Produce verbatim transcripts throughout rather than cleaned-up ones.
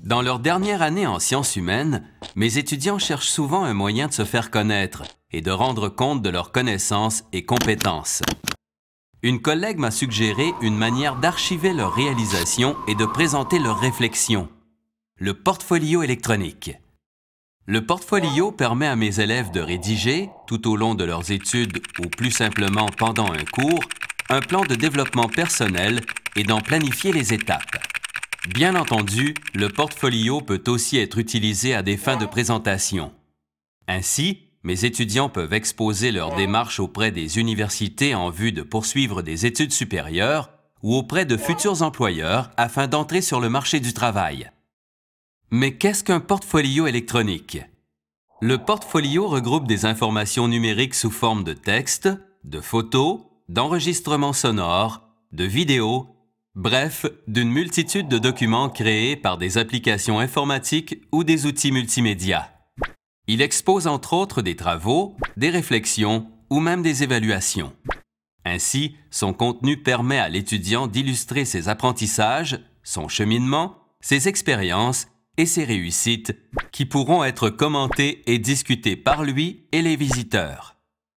Dans leur dernière année en sciences humaines, mes étudiants cherchent souvent un moyen de se faire connaître et de rendre compte de leurs connaissances et compétences. Une collègue m'a suggéré une manière d'archiver leurs réalisations et de présenter leurs réflexions. Le portfolio électronique. Le portfolio permet à mes élèves de rédiger, tout au long de leurs études ou plus simplement pendant un cours, un plan de développement personnel et d'en planifier les étapes. Bien entendu, le portfolio peut aussi être utilisé à des fins de présentation. Ainsi, mes étudiants peuvent exposer leur démarche auprès des universités en vue de poursuivre des études supérieures ou auprès de futurs employeurs afin d'entrer sur le marché du travail. Mais qu'est-ce qu'un portfolio électronique? Le portfolio regroupe des informations numériques sous forme de texte, de photos, d'enregistrements sonores, de vidéos, bref, d'une multitude de documents créés par des applications informatiques ou des outils multimédia. Il expose entre autres des travaux, des réflexions ou même des évaluations. Ainsi, son contenu permet à l'étudiant d'illustrer ses apprentissages, son cheminement, ses expériences et ses réussites qui pourront être commentées et discutées par lui et les visiteurs.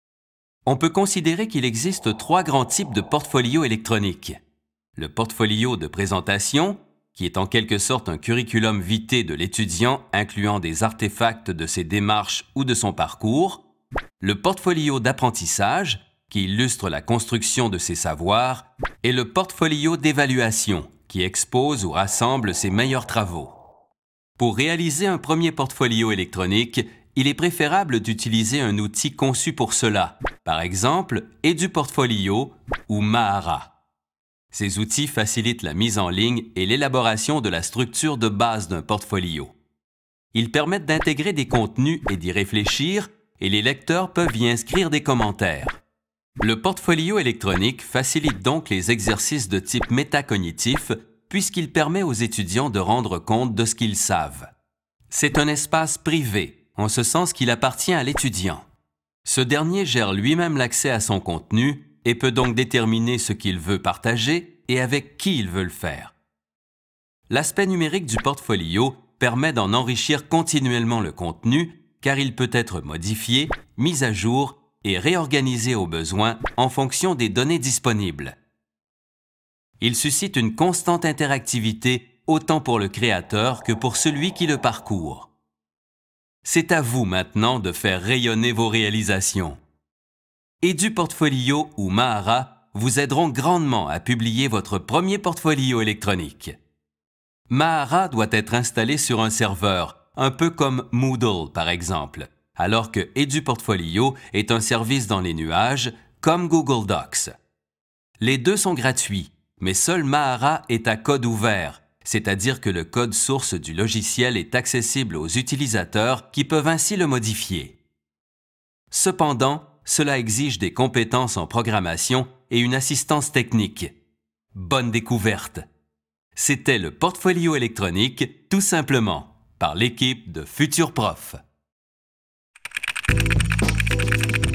On peut considérer qu'il existe trois grands types de portfolio électroniques. Le portfolio de présentation, qui est en quelque sorte un curriculum vitae de l'étudiant incluant des artefacts de ses démarches ou de son parcours. Le portfolio d'apprentissage, qui illustre la construction de ses savoirs. Et le portfolio d'évaluation, qui expose ou rassemble ses meilleurs travaux. Pour réaliser un premier portfolio électronique, il est préférable d'utiliser un outil conçu pour cela, par exemple EduPortfolio ou Mahara. Ces outils facilitent la mise en ligne et l'élaboration de la structure de base d'un portfolio. Ils permettent d'intégrer des contenus et d'y réfléchir, et les lecteurs peuvent y inscrire des commentaires. Le portfolio électronique facilite donc les exercices de type métacognitif puisqu'il permet aux étudiants de rendre compte de ce qu'ils savent. C'est un espace privé, en ce sens qu'il appartient à l'étudiant. Ce dernier gère lui-même l'accès à son contenu et peut donc déterminer ce qu'il veut partager et avec qui il veut le faire. L'aspect numérique du portfolio permet d'en enrichir continuellement le contenu car il peut être modifié, mis à jour et réorganisé au besoin en fonction des données disponibles. Il suscite une constante interactivité autant pour le créateur que pour celui qui le parcourt. C'est à vous maintenant de faire rayonner vos réalisations. EduPortfolio ou Mahara vous aideront grandement à publier votre premier portfolio électronique. Mahara doit être installé sur un serveur, un peu comme Moodle par exemple, alors que EduPortfolio est un service dans les nuages, comme Google Docs. Les deux sont gratuits, mais seul Mahara est à code ouvert, c'est-à-dire que le code source du logiciel est accessible aux utilisateurs qui peuvent ainsi le modifier. Cependant, cela exige des compétences en programmation et une assistance technique. Bonne découverte! C'était le portfolio électronique, tout simplement, par l'équipe de Futur Prof.